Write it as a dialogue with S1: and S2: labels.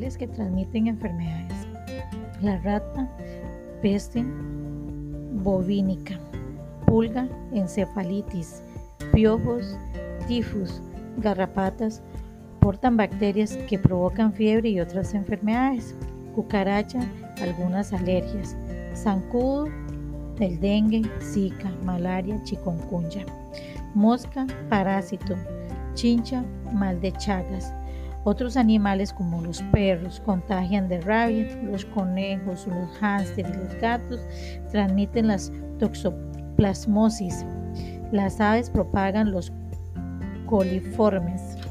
S1: animales que transmiten enfermedades: la rata, peste bovínica; pulga, encefalitis; piojos, tifus; garrapatas, portan bacterias que provocan fiebre y otras enfermedades; cucaracha, algunas alergias; zancudo, el dengue, zika, malaria, chikungunya; mosca, parásito; chincha, mal de Chagas. Otros animales como los perros contagian de rabia; los conejos, los hámster y los gatos transmiten las toxoplasmosis; las aves propagan los coliformes;